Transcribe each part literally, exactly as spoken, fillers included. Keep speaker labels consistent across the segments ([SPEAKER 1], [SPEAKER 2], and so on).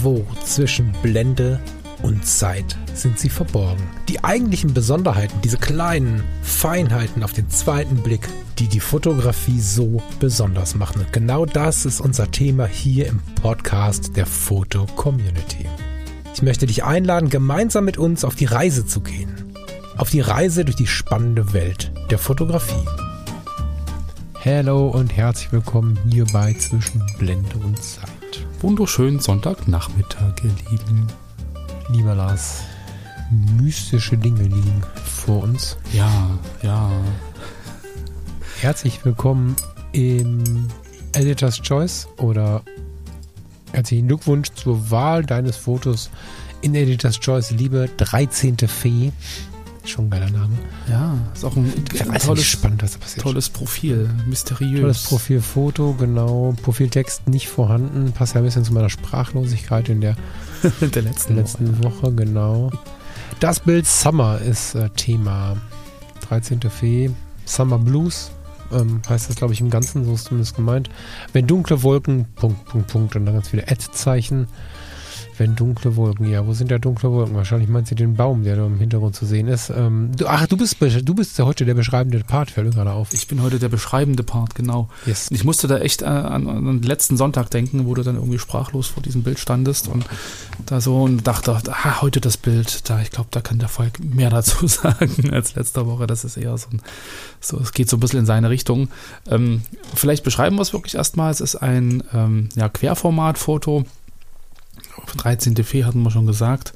[SPEAKER 1] Irgendwo zwischen Blende und Zeit sind sie verborgen. Die eigentlichen Besonderheiten, diese kleinen Feinheiten auf den zweiten Blick, die die Fotografie so besonders machen. Und genau das ist unser Thema hier im Podcast der Foto-Community. Ich möchte dich einladen, gemeinsam mit uns auf die Reise zu gehen. Auf die Reise durch die spannende Welt der Fotografie. Hallo und herzlich willkommen hier bei Zwischen Blende und Zeit.
[SPEAKER 2] Wunderschönen Sonntagnachmittag, ihr Lieben.
[SPEAKER 1] Lieber Lars, mystische Dinge liegen vor uns.
[SPEAKER 2] Ja, ja.
[SPEAKER 1] Herzlich willkommen im Editor's Choice oder herzlichen Glückwunsch zur Wahl deines Fotos in Editor's Choice, liebe dreizehnte Fee. Schon ein geiler Name.
[SPEAKER 2] Ja, ist auch ein, ein tolles,
[SPEAKER 1] spannend, was da passiert.
[SPEAKER 2] Tolles Profil, mysteriös.
[SPEAKER 1] Tolles Profilfoto, genau. Profiltext nicht vorhanden. Passt ja ein bisschen zu meiner Sprachlosigkeit in der,
[SPEAKER 2] der letzten,
[SPEAKER 1] letzten Woche. Woche, genau. Das Bild Summer ist äh, Thema. dreizehnte Fee, Summer Blues, ähm, heißt das, glaube ich, im Ganzen, so ist zumindest gemeint. Wenn dunkle Wolken, Punkt, Punkt, Punkt, und dann ganz viele Ad-Zeichen. Wenn dunkle Wolken, ja, wo sind da dunkle Wolken? Wahrscheinlich meinst du den Baum, der da im Hintergrund zu sehen ist. Ähm, du, ach, du bist du bist ja heute der beschreibende Part, fällt mir gerade auf.
[SPEAKER 2] Ich bin heute der beschreibende Part, genau.
[SPEAKER 1] Yes.
[SPEAKER 2] Ich musste da echt äh, an, an den letzten Sonntag denken, wo du dann irgendwie sprachlos vor diesem Bild standest und da so und dachte, ah, heute das Bild, da, ich glaube, da kann der Volk mehr dazu sagen als letzte Woche. Das ist eher so ein, so, es geht so ein bisschen in seine Richtung. Ähm, vielleicht beschreiben wir es wirklich erstmal. Es ist ein ähm, ja, Querformatfoto. dreizehnte Fee hatten wir schon gesagt.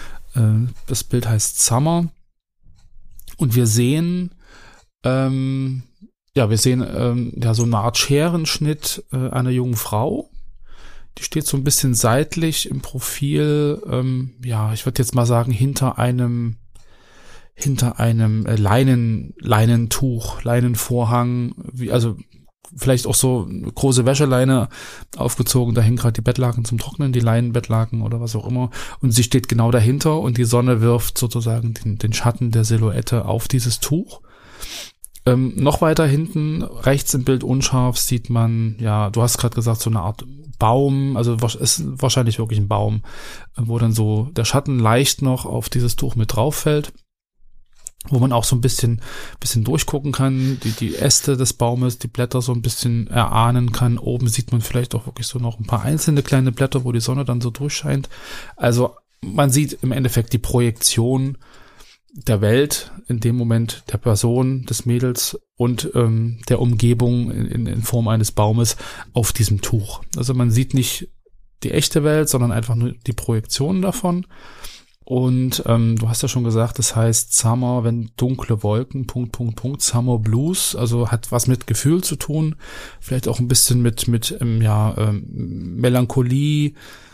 [SPEAKER 2] Das Bild heißt Summer. Und wir sehen, ähm, ja, wir sehen ähm, ja so eine Art Scherenschnitt äh, einer jungen Frau. Die steht so ein bisschen seitlich im Profil, ähm, ja, ich würde jetzt mal sagen, hinter einem, hinter einem äh, Leinen, Leinentuch, Leinenvorhang, wie, also vielleicht auch so eine große Wäscheleine aufgezogen, da hängen gerade die Bettlaken zum Trocknen, die Leinenbettlaken oder was auch immer. Und sie steht genau dahinter und die Sonne wirft sozusagen den, den Schatten der Silhouette auf dieses Tuch. Ähm, noch weiter hinten, rechts im Bild unscharf, sieht man, ja, du hast gerade gesagt, so eine Art Baum, also ist wahrscheinlich wirklich ein Baum, wo dann so der Schatten leicht noch auf dieses Tuch mit drauf fällt, wo man auch so ein bisschen bisschen durchgucken kann, die die Äste des Baumes, die Blätter so ein bisschen erahnen kann. Oben sieht man vielleicht auch wirklich so noch ein paar einzelne kleine Blätter, wo die Sonne dann so durchscheint. Also man sieht im Endeffekt die Projektion der Welt, in dem Moment der Person, des Mädels und ähm, der Umgebung in, in Form eines Baumes auf diesem Tuch. Also man sieht nicht die echte Welt, sondern einfach nur die Projektion davon. Und ähm, du hast ja schon gesagt, das heißt Summer, wenn dunkle Wolken, Punkt, Punkt, Punkt, Summer Blues, also hat was mit Gefühl zu tun, vielleicht auch ein bisschen mit mit ähm, ja ähm, Melancholie,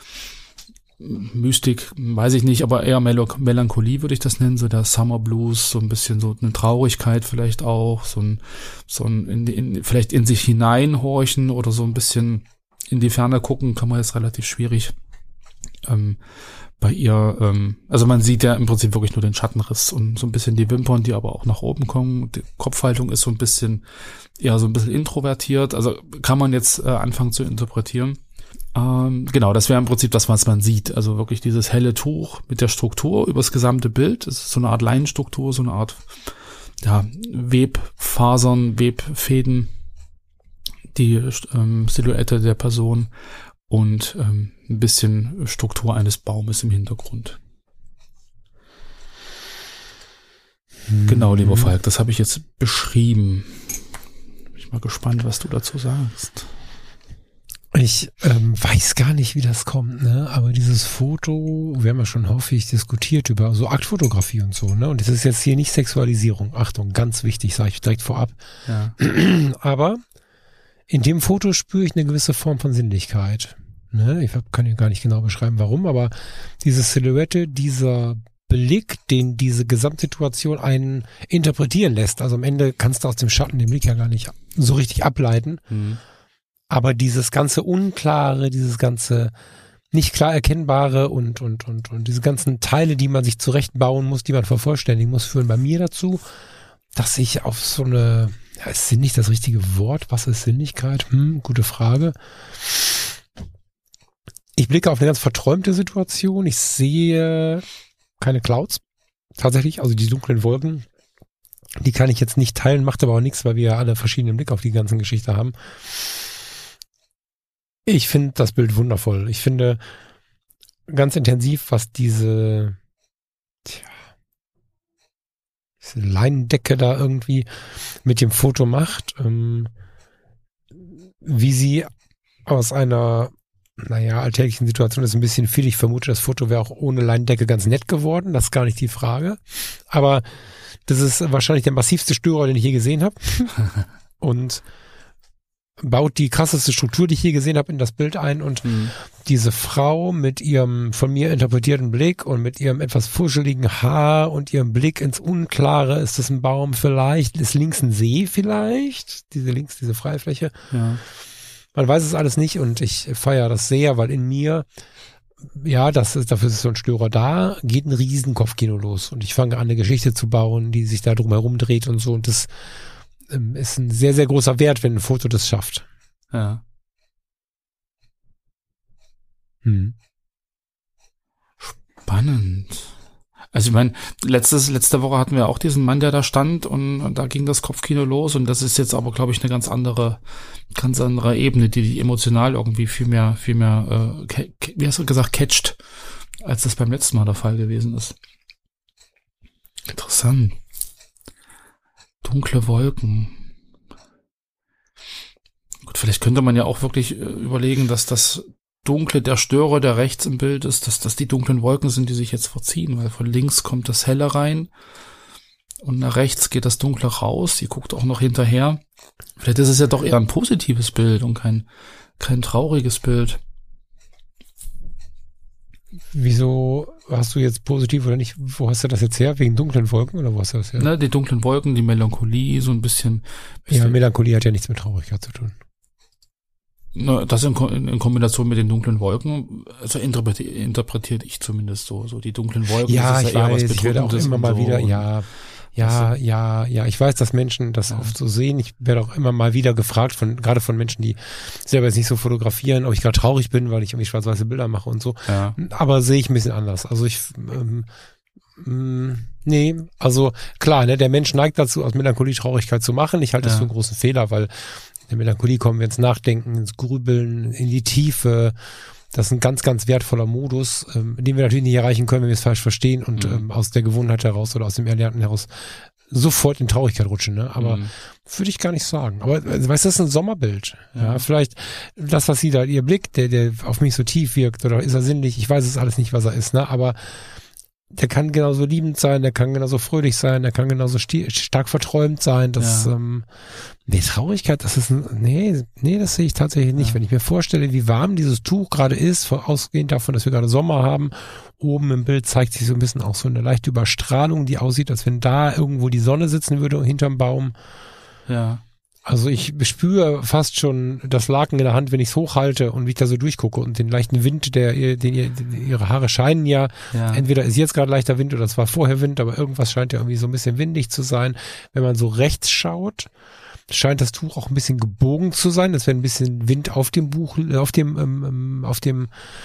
[SPEAKER 2] Mystik, weiß ich nicht, aber eher Mel- Melancholie würde ich das nennen, so der Summer Blues, so ein bisschen so eine Traurigkeit vielleicht auch, so ein so ein in, in, vielleicht in sich hineinhorchen oder so ein bisschen in die Ferne gucken, kann man jetzt relativ schwierig ähm, bei ihr, ähm, also man sieht ja im Prinzip wirklich nur den Schattenriss und so ein bisschen die Wimpern, die aber auch nach oben kommen. Die Kopfhaltung ist so ein bisschen, eher so ein bisschen introvertiert, also kann man jetzt äh, anfangen zu interpretieren. Ähm, genau, das wäre im Prinzip das, was man sieht, also wirklich dieses helle Tuch mit der Struktur über das gesamte Bild. Es ist so eine Art Leinenstruktur, so eine Art, ja, Webfasern, Webfäden, die ähm, Silhouette der Person und ähm, ein bisschen Struktur eines Baumes im Hintergrund. Mhm. Genau, lieber Falk, das habe ich jetzt beschrieben. Bin ich mal gespannt, was du dazu sagst.
[SPEAKER 1] Ich ähm, weiß gar nicht, wie das kommt, ne? Aber dieses Foto, wir haben ja schon häufig diskutiert über so Aktfotografie und so, ne? Und das ist jetzt hier nicht Sexualisierung. Achtung, ganz wichtig, sage ich direkt vorab.
[SPEAKER 2] Ja.
[SPEAKER 1] Aber in dem Foto spüre ich eine gewisse Form von Sinnlichkeit. Ne? Ich kann hier gar nicht genau beschreiben, warum, aber diese Silhouette, dieser Blick, den diese Gesamtsituation einen interpretieren lässt. Also am Ende kannst du aus dem Schatten den Blick ja gar nicht so richtig ableiten.
[SPEAKER 2] Mhm.
[SPEAKER 1] Aber dieses ganze Unklare, dieses ganze nicht klar erkennbare und, und, und, und diese ganzen Teile, die man sich zurechtbauen muss, die man vervollständigen muss, führen bei mir dazu, dass ich auf so eine, ja, ist nicht das richtige Wort? Was ist Sinnlichkeit? Hm, gute Frage. ich blicke auf eine ganz verträumte Situation. Ich sehe keine Clouds. Tatsächlich, also die dunklen Wolken, die kann ich jetzt nicht teilen, macht aber auch nichts, weil wir ja alle verschiedenen Blick auf die ganzen Geschichte haben. Ich finde das Bild wundervoll. Ich finde ganz intensiv, was diese, tja, diese Leinendecke da irgendwie mit dem Foto macht, ähm, wie sie aus einer, naja, alltäglichen Situation ist ein bisschen viel. Ich vermute, das Foto wäre auch ohne Leinendecke ganz nett geworden. Das ist gar nicht die Frage. Aber das ist wahrscheinlich der massivste Störer, den ich je gesehen habe. Und baut die krasseste Struktur, die ich je gesehen habe, in das Bild ein. Und mhm. diese Frau mit ihrem von mir interpretierten Blick und mit ihrem etwas fuscheligen Haar und ihrem Blick ins Unklare, ist das ein Baum vielleicht? Ist links ein See vielleicht? Diese links, diese Freifläche.
[SPEAKER 2] Ja.
[SPEAKER 1] Man weiß es alles nicht und ich feiere das sehr, weil in mir, ja, das ist, dafür ist so ein Störer da, geht ein riesen Kopfkino los und ich fange an, eine Geschichte zu bauen, die sich da drum herum dreht und so und das ähm, ist ein sehr, sehr großer Wert, wenn ein Foto das schafft.
[SPEAKER 2] Ja.
[SPEAKER 1] Hm.
[SPEAKER 2] Spannend. Also ich meine, letztes, letzte Woche hatten wir auch diesen Mann, der da stand und, und da ging das Kopfkino los und das ist jetzt aber, glaube ich, eine ganz andere, ganz andere Ebene, die die emotional irgendwie viel mehr, viel mehr, äh, wie hast du gesagt, catcht, als das beim letzten Mal der Fall gewesen ist. Interessant. Dunkle Wolken. Gut, vielleicht könnte man ja auch wirklich äh, überlegen, dass das Dunkle, der Störer, der rechts im Bild ist, dass das die dunklen Wolken sind, die sich jetzt verziehen, weil von links kommt das Helle rein und nach rechts geht das Dunkle raus, die guckt auch noch hinterher. Vielleicht ist es ja doch eher ein positives Bild und kein, kein trauriges Bild.
[SPEAKER 1] Wieso hast du jetzt positiv oder nicht, wo hast du das jetzt her? Wegen dunklen Wolken oder wo hast du das her?
[SPEAKER 2] Na, die dunklen Wolken, die Melancholie, so ein bisschen. bisschen
[SPEAKER 1] Ja, Melancholie hat ja nichts mit Traurigkeit zu tun.
[SPEAKER 2] Na, das in, in Kombination mit den dunklen Wolken, also interpretiere interpretiert ich zumindest so, so die dunklen Wolken.
[SPEAKER 1] Ja,
[SPEAKER 2] das ist
[SPEAKER 1] ich
[SPEAKER 2] ja eher
[SPEAKER 1] weiß,
[SPEAKER 2] was
[SPEAKER 1] ich werde auch immer mal
[SPEAKER 2] so
[SPEAKER 1] wieder, ja, ja,
[SPEAKER 2] also,
[SPEAKER 1] ja, ja, ich weiß, dass Menschen das ja. oft so sehen. Ich werde auch immer mal wieder gefragt, von gerade von Menschen, die selber jetzt nicht so fotografieren, ob ich gerade traurig bin, weil ich irgendwie schwarz-weiße Bilder mache und so.
[SPEAKER 2] Ja.
[SPEAKER 1] Aber sehe ich ein bisschen anders. Also ich, ähm, mh, nee, also klar, ne, der Mensch neigt dazu, aus Melancholie Traurigkeit zu machen. Ich halte das
[SPEAKER 2] ja.
[SPEAKER 1] für einen großen Fehler, weil in der Melancholie kommen wir ins Nachdenken, ins Grübeln, in die Tiefe. Das ist ein ganz, ganz wertvoller Modus, ähm, den wir natürlich nicht erreichen können, wenn wir es falsch verstehen und mhm. ähm, aus der Gewohnheit heraus oder aus dem Erlernten heraus sofort in Traurigkeit rutschen. Ne? Aber mhm. würde ich gar nicht sagen. Aber also, weißt du, das ist ein Sommerbild. Ja. ja, vielleicht das, was sie da, ihr Blick, der, der auf mich so tief wirkt, oder ist er sinnlich? Ich weiß es alles nicht, was er ist. Ne? Aber der kann genauso liebend sein, der kann genauso fröhlich sein, der kann genauso sti- stark verträumt sein. Das, ja. ähm, nee, Traurigkeit, das ist, ein, nee, nee, das sehe ich tatsächlich nicht. Ja. Wenn ich mir vorstelle, wie warm dieses Tuch gerade ist, ausgehend davon, dass wir gerade Sommer haben, oben im Bild zeigt sich so ein bisschen auch so eine leichte Überstrahlung, die aussieht, als wenn da irgendwo die Sonne sitzen würde hinterm Baum.
[SPEAKER 2] Ja.
[SPEAKER 1] Also ich spüre fast schon das Laken in der Hand, wenn ich es hochhalte und wie ich da so durchgucke und den leichten Wind, der ihr, den ihr, ihre Haare scheinen ja, ja. entweder ist jetzt gerade leichter Wind oder es war vorher Wind, aber irgendwas scheint ja irgendwie so ein bisschen windig zu sein. Wenn man so rechts schaut, scheint das Tuch auch ein bisschen gebogen zu sein, dass wenn ein bisschen Wind auf dem Buch, auf dem, ähm, auf dem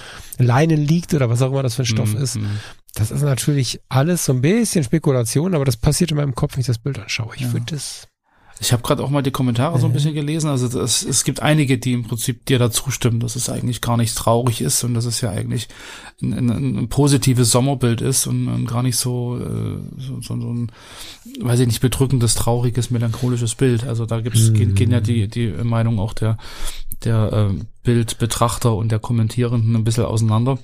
[SPEAKER 1] Leinen liegt oder was auch immer das für ein Stoff mm, ist. Mm. Das ist natürlich alles so ein bisschen Spekulation, aber das passiert in meinem Kopf, wenn ich das Bild anschaue. Ich ja. würde das
[SPEAKER 2] Ich habe gerade auch mal die Kommentare so ein bisschen gelesen. Also das, es gibt einige, die im Prinzip dir da zustimmen, dass es eigentlich gar nicht traurig ist und dass es ja eigentlich ein, ein, ein positives Sommerbild ist und, und gar nicht so, äh, so, so, so ein, weiß ich nicht, bedrückendes, trauriges, melancholisches Bild. Also da gibt's, mhm. gehen, gehen ja die die Meinung auch der der äh, Bildbetrachter und der Kommentierenden ein bisschen auseinander.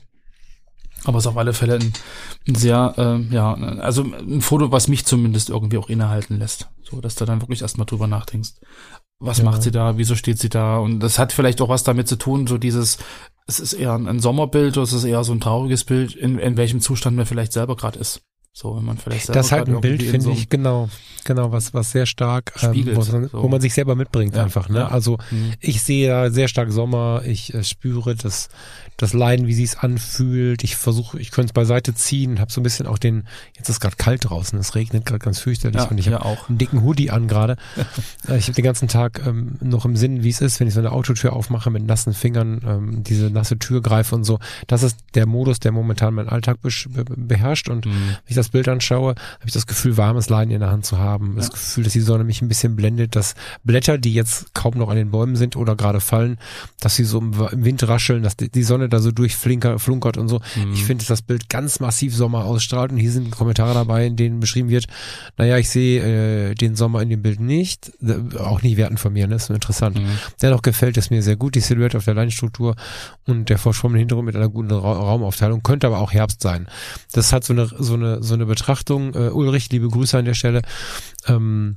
[SPEAKER 2] Aber es ist auf alle Fälle ein, ein sehr, äh, ja, also ein Foto, was mich zumindest irgendwie auch innehalten lässt. So, dass du dann wirklich erstmal drüber nachdenkst. Was ja. macht sie da? Wieso steht sie da? Und das hat vielleicht auch was damit zu tun, so dieses, es ist eher ein, ein Sommerbild oder es ist eher so ein trauriges Bild, in, in welchem Zustand man vielleicht selber gerade ist. So, wenn man vielleicht selber
[SPEAKER 1] das ist halt ein Bild, finde so ich, genau, genau, was, was sehr stark,
[SPEAKER 2] spiegelt,
[SPEAKER 1] ähm, wo,
[SPEAKER 2] so.
[SPEAKER 1] wo man sich selber mitbringt
[SPEAKER 2] ja,
[SPEAKER 1] einfach, ne?
[SPEAKER 2] Ja.
[SPEAKER 1] Also,
[SPEAKER 2] mhm.
[SPEAKER 1] ich sehe da sehr stark Sommer, ich äh, spüre das, das Leiden, wie sie es anfühlt. Ich versuche, ich könnte es beiseite ziehen, habe so ein bisschen auch den, jetzt ist gerade kalt draußen, es regnet gerade ganz fürchterlich
[SPEAKER 2] ja,
[SPEAKER 1] und ich habe
[SPEAKER 2] ja
[SPEAKER 1] einen dicken Hoodie an gerade. Ich habe den ganzen Tag ähm, noch im Sinn, wie es ist, wenn ich so eine Autotür aufmache mit nassen Fingern, ähm, diese nasse Tür greife und so. Das ist der Modus, der momentan meinen Alltag be- beherrscht und
[SPEAKER 2] mhm.
[SPEAKER 1] wenn ich das Bild anschaue, habe ich das Gefühl, warmes Leiden in der Hand zu haben. Das
[SPEAKER 2] ja.
[SPEAKER 1] Gefühl, dass die Sonne mich ein bisschen blendet, dass Blätter, die jetzt kaum noch an den Bäumen sind oder gerade fallen, dass sie so im, im Wind rascheln, dass die, die Sonne da so durchflinkert flunkert und so. Mhm. Ich finde, dass das Bild ganz massiv Sommer ausstrahlt und hier sind Kommentare dabei, in denen beschrieben wird, naja, ich sehe äh, den Sommer in dem Bild nicht, äh, auch nicht werten von mir, ne? Das ist so interessant. Mhm. Dennoch gefällt es mir sehr gut, die Silhouette auf der Leinstruktur und der verschwommene Hintergrund mit einer guten Ra- Raumaufteilung, könnte aber auch Herbst sein. Das hat so eine so eine so eine Betrachtung, äh, Ulrich, liebe Grüße an der Stelle, ähm,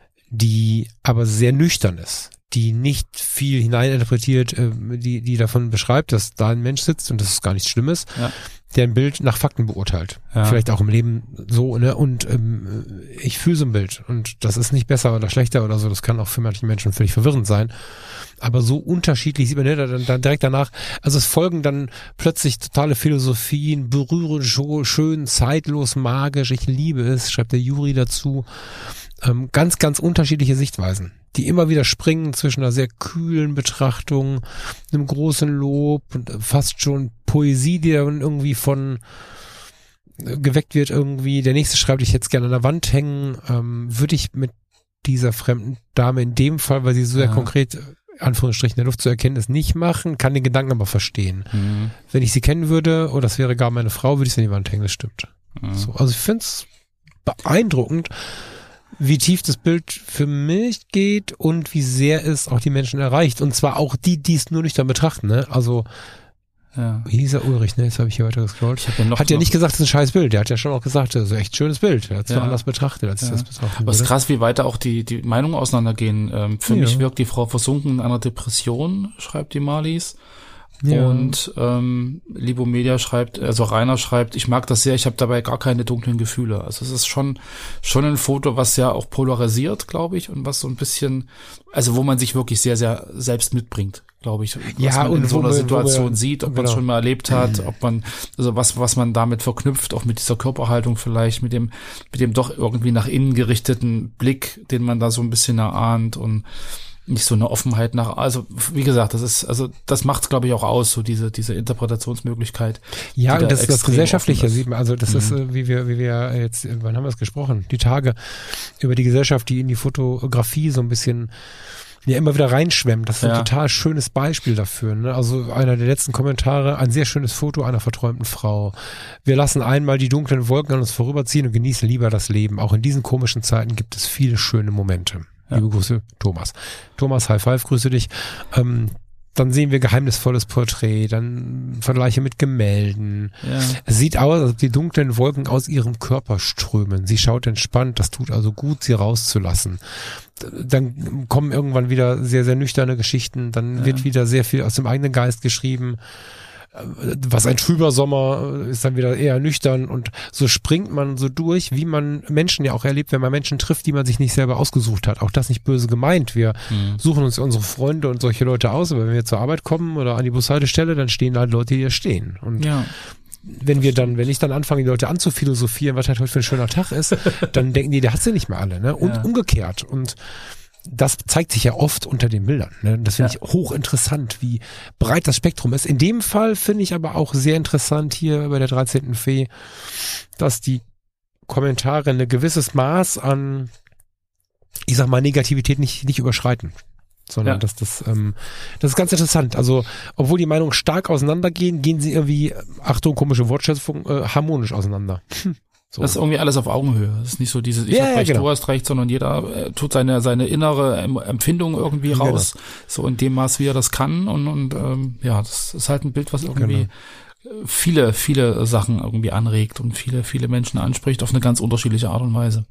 [SPEAKER 1] die aber sehr nüchtern ist, die nicht viel hineininterpretiert, äh, die die davon beschreibt, dass da ein Mensch sitzt und das ist gar nichts Schlimmes,
[SPEAKER 2] ja.
[SPEAKER 1] der ein Bild nach Fakten beurteilt. Ja. Vielleicht auch im Leben so, ne? Und ähm, ich fühle so ein Bild und das ist nicht besser oder schlechter oder so, das kann auch für manche Menschen völlig verwirrend sein. Aber so unterschiedlich sieht man, ne, dann, dann direkt danach, also es folgen dann plötzlich totale Philosophien, berührend, schön, zeitlos, magisch, ich liebe es, schreibt der Juri dazu. Ähm, ganz, ganz unterschiedliche Sichtweisen, die immer wieder springen zwischen einer sehr kühlen Betrachtung, einem großen Lob, fast schon Poesie, die dann irgendwie von äh, geweckt wird irgendwie. Der nächste schreibt, ich hätte es gerne an der Wand hängen, ähm, würde ich mit dieser fremden Dame in dem Fall, weil sie so sehr
[SPEAKER 2] ja.
[SPEAKER 1] konkret Anführungsstrichen der Luft zu erkennen ist, nicht machen, kann den Gedanken aber verstehen.
[SPEAKER 2] Mhm.
[SPEAKER 1] Wenn ich sie kennen würde, oder das wäre gar meine Frau, würde ich sie an die Wand hängen, das stimmt. Mhm. So, also ich finde es beeindruckend, wie tief das Bild für mich geht und wie sehr es auch die Menschen erreicht. Und zwar auch die, die es nur nüchtern betrachten, ne? Also ja. Wie hieß er? Ulrich, ne? Jetzt habe ich hier weiter gescrollt. Ich hab ja noch hat ja nicht gesagt, das ist ein scheiß Bild. Der hat ja schon auch gesagt, das ist ein echt schönes Bild. Er hat es ja. nur anders betrachtet, als ja. ich das betrachtet habe.
[SPEAKER 2] Aber es ist krass, wie weiter auch die, die Meinungen auseinandergehen. Ähm, für ja. mich wirkt die Frau versunken in einer Depression, schreibt die Marlies. Ja. Und ähm, Libomedia schreibt, also Rainer schreibt, ich mag das sehr, ich habe dabei gar keine dunklen Gefühle. Also es ist schon schon ein Foto, was ja auch polarisiert, glaube ich, und was so ein bisschen, also wo man sich wirklich sehr, sehr selbst mitbringt, glaube ich. Was
[SPEAKER 1] ja,
[SPEAKER 2] man
[SPEAKER 1] und
[SPEAKER 2] in so einer
[SPEAKER 1] wir,
[SPEAKER 2] Situation
[SPEAKER 1] wir,
[SPEAKER 2] sieht, ob
[SPEAKER 1] genau.
[SPEAKER 2] man es schon mal erlebt hat, ob man, also was was man damit verknüpft, auch mit dieser Körperhaltung vielleicht, mit dem mit dem doch irgendwie nach innen gerichteten Blick, den man da so ein bisschen erahnt und nicht so eine Offenheit nach, also wie gesagt, das ist, also das macht es glaube ich auch aus, so diese diese Interpretationsmöglichkeit.
[SPEAKER 1] Ja, und da das, das Gesellschaftliche sieht man, also das
[SPEAKER 2] mhm.
[SPEAKER 1] ist, wie wir, wie wir jetzt, wann haben wir es gesprochen? Die Tage über die Gesellschaft, die in die Fotografie so ein bisschen ja immer wieder reinschwemmt. Das ist ja. ein total schönes Beispiel dafür. Ne? Also einer der letzten Kommentare, ein sehr schönes Foto einer verträumten Frau. Wir lassen einmal die dunklen Wolken an uns vorüberziehen und genießen lieber das Leben. Auch in diesen komischen Zeiten gibt es viele schöne Momente. Ja. Liebe Grüße, Thomas. Thomas, High Five, grüße dich. Ähm, dann sehen wir geheimnisvolles Porträt, dann Vergleiche mit Gemälden. Ja. Es sieht aus, als ob die dunklen Wolken aus ihrem Körper strömen. Sie schaut entspannt, das tut also gut, sie rauszulassen. Dann kommen irgendwann wieder sehr, sehr nüchterne Geschichten, dann ja. wird wieder sehr viel aus dem eigenen Geist geschrieben. Was ein trüber Sommer ist dann wieder eher nüchtern und so springt man so durch, wie man Menschen ja auch erlebt, wenn man Menschen trifft, die man sich nicht selber ausgesucht hat. Auch das nicht böse gemeint. Wir mhm. suchen uns unsere Freunde und solche Leute aus, aber wenn wir zur Arbeit kommen oder an die Bushaltestelle, dann stehen halt Leute, die da stehen. Und ja. wenn wir dann, wenn ich dann anfange, die Leute anzuphilosophieren, was halt heute für ein schöner Tag ist, dann denken die, der hat sie nicht mehr alle, ne? Und ja. umgekehrt. Und das zeigt sich ja oft unter den Bildern. Ne? Das finde ja. ich hochinteressant, wie breit das Spektrum ist. In dem Fall finde ich aber auch sehr interessant hier bei der dreizehnten Fee, dass die Kommentare ein gewisses Maß an, ich sag mal, Negativität nicht nicht überschreiten. Sondern ja. dass das, ähm, das ist ganz interessant. Also, obwohl die Meinungen stark auseinandergehen, gehen sie irgendwie, Achtung, komische Wortschöpfung, äh, harmonisch auseinander. Hm. So. Das
[SPEAKER 2] ist irgendwie alles auf Augenhöhe. Das ist nicht so dieses, ich
[SPEAKER 1] ja,
[SPEAKER 2] hab
[SPEAKER 1] ja,
[SPEAKER 2] recht,
[SPEAKER 1] genau.
[SPEAKER 2] du hast recht, sondern jeder äh, tut seine seine innere Empfindung irgendwie raus, genau. so in dem Maß, wie er das kann. Und, und ähm, ja, das ist halt ein Bild, was irgendwie genau. viele, viele Sachen irgendwie anregt und viele, viele Menschen anspricht auf eine ganz unterschiedliche Art und Weise.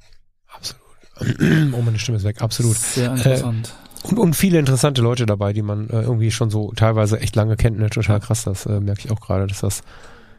[SPEAKER 1] Absolut. Oh, meine Stimme ist weg. Absolut.
[SPEAKER 2] Sehr interessant.
[SPEAKER 1] Äh, und, und viele interessante Leute dabei, die man äh, irgendwie schon so teilweise echt lange kennt. Ne? Total krass, das äh, merke ich auch gerade, dass das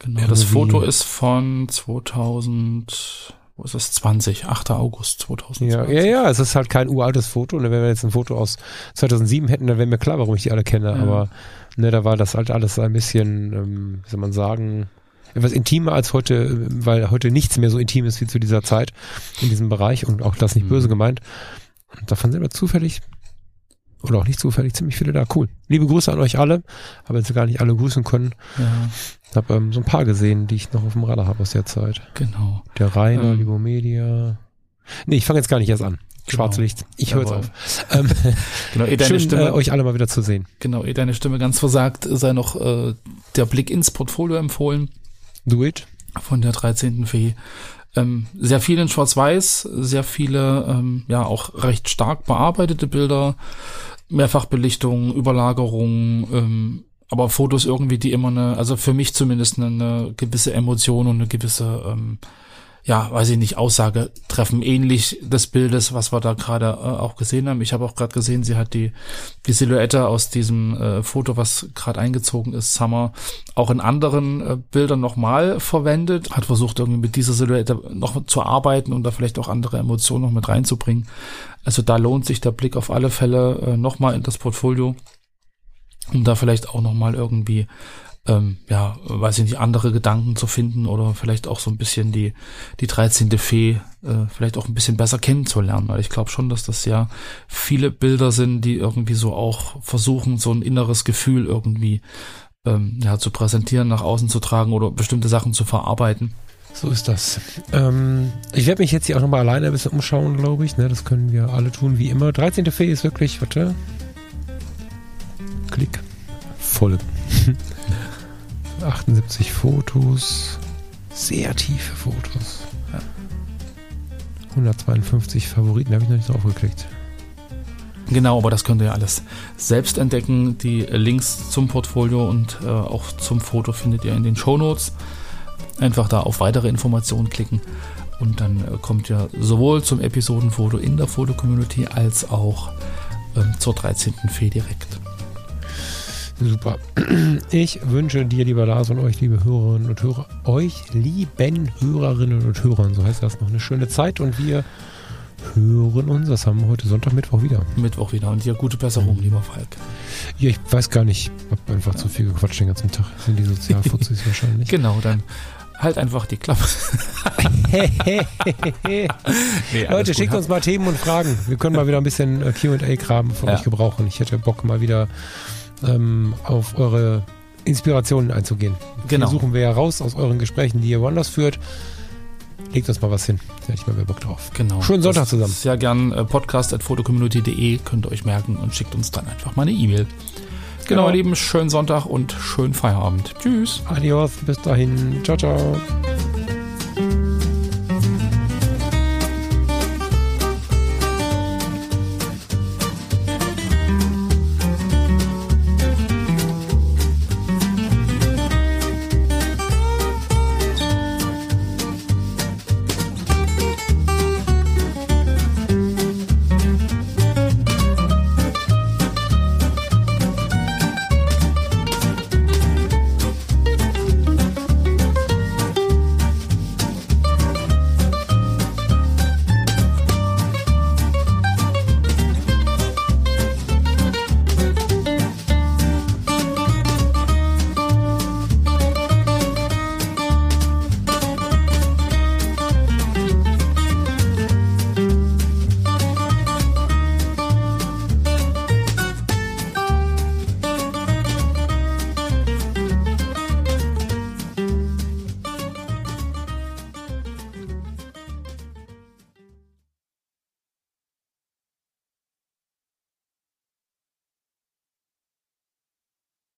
[SPEAKER 2] Genau, ja, das Foto ist von zweitausend, wo ist das, zwanzig, achter August zweitausendzwanzig.
[SPEAKER 1] Ja, ja, ja, es ist halt kein uraltes Foto. Ne? Wenn wir jetzt ein Foto aus zweitausendsieben hätten, dann wäre mir klar, warum ich die alle kenne. Ja. Aber ne, da war das halt alles ein bisschen, ähm, wie soll man sagen, etwas intimer als heute, weil heute nichts mehr so intim ist wie zu dieser Zeit in diesem Bereich und auch das nicht mhm. böse gemeint. Und davon sind wir zufällig oder auch nicht zufällig ziemlich viele da. Cool. Liebe Grüße an euch alle. Habe jetzt gar nicht alle grüßen können.
[SPEAKER 2] Ja.
[SPEAKER 1] Ich habe ähm, so ein paar gesehen, die ich noch auf dem Radar habe aus der Zeit.
[SPEAKER 2] Genau.
[SPEAKER 1] Der Rainer,
[SPEAKER 2] ähm,
[SPEAKER 1] Libomedia. Nee, ich fange jetzt gar nicht erst an.
[SPEAKER 2] Genau.
[SPEAKER 1] Schwarzlicht. Ich höre jetzt auf. Ähm,
[SPEAKER 2] genau, eh deine
[SPEAKER 1] schön,
[SPEAKER 2] Stimme,
[SPEAKER 1] äh, euch alle mal wieder zu sehen.
[SPEAKER 2] Genau, eh deine Stimme ganz versagt, sei noch äh, der Blick ins Portfolio empfohlen.
[SPEAKER 1] Do it.
[SPEAKER 2] Von der dreizehnten Fee. Ähm, sehr viel in Schwarz-Weiß, sehr viele, ähm, ja, auch recht stark bearbeitete Bilder, Mehrfachbelichtung, Überlagerung, ähm, aber Fotos irgendwie, die immer eine, also für mich zumindest eine, eine gewisse Emotion und eine gewisse, ähm, ja, weiß ich nicht, Aussage treffen, ähnlich des Bildes, was wir da gerade äh, auch gesehen haben. Ich habe auch gerade gesehen, sie hat die die Silhouette aus diesem äh, Foto, was gerade eingezogen ist, Summer, auch in anderen äh, Bildern nochmal verwendet, hat versucht irgendwie mit dieser Silhouette noch zu arbeiten und da vielleicht auch andere Emotionen noch mit reinzubringen. Also da lohnt sich der Blick auf alle Fälle äh, nochmal in das Portfolio, um da vielleicht auch nochmal irgendwie Ähm, ja, weiß ich nicht, andere Gedanken zu finden oder vielleicht auch so ein bisschen die die dreizehnte Fee äh, vielleicht auch ein bisschen besser kennenzulernen, weil ich glaube schon, dass das ja viele Bilder sind, die irgendwie so auch versuchen, so ein inneres Gefühl irgendwie ähm, ja zu präsentieren, nach außen zu tragen oder bestimmte Sachen zu verarbeiten.
[SPEAKER 1] So ist das. Ähm, ich werde mich jetzt hier auch nochmal alleine ein bisschen umschauen, glaube ich. Ne, das können wir alle tun, wie immer. dreizehnte Fee ist wirklich, warte. Klick. Voll. achtundsiebzig Fotos, sehr tiefe Fotos. Ja. hundertzweiundfünfzig Favoriten, habe ich noch nicht drauf geklickt.
[SPEAKER 2] Genau, aber das könnt ihr ja alles selbst entdecken. Die Links zum Portfolio und äh, auch zum Foto findet ihr in den Shownotes. Einfach da auf weitere Informationen klicken und dann äh, kommt ihr sowohl zum Episodenfoto in der Foto-Community als auch äh, zur dreizehnten Fee direkt.
[SPEAKER 1] Super. Ich wünsche dir, lieber Lars, und euch, liebe Hörerinnen und Hörer, euch lieben Hörerinnen und Hörern, so heißt das, noch eine schöne Zeit und wir hören uns, das haben wir heute Sonntag, Mittwoch wieder.
[SPEAKER 2] Mittwoch wieder und dir gute Besserung, lieber Falk.
[SPEAKER 1] Ja, ich weiß gar nicht, ich habe einfach ja. zu viel gequatscht den ganzen Tag, sind die Sozialfuzis wahrscheinlich.
[SPEAKER 2] Genau, dann halt einfach die Klappe.
[SPEAKER 1] nee, Leute, schickt uns mal Themen und Fragen. Wir können mal wieder ein bisschen Q und A-Kram von ja. euch gebrauchen. Ich hätte Bock mal wieder ähm, auf eure Inspirationen einzugehen. Genau. Hier suchen wir ja raus aus euren Gesprächen, die ihr woanders führt. Legt uns mal was hin. Da hätte ich mal mehr Bock drauf.
[SPEAKER 2] Genau.
[SPEAKER 1] Schönen Sonntag zusammen.
[SPEAKER 2] Sehr gern äh, podcast at photocommunity punkt de könnt ihr euch merken und schickt uns dann einfach mal eine E-Mail. Genau, genau, ihr Lieben, schönen Sonntag und schönen Feierabend. Tschüss.
[SPEAKER 1] Adios, bis dahin. Ciao, ciao.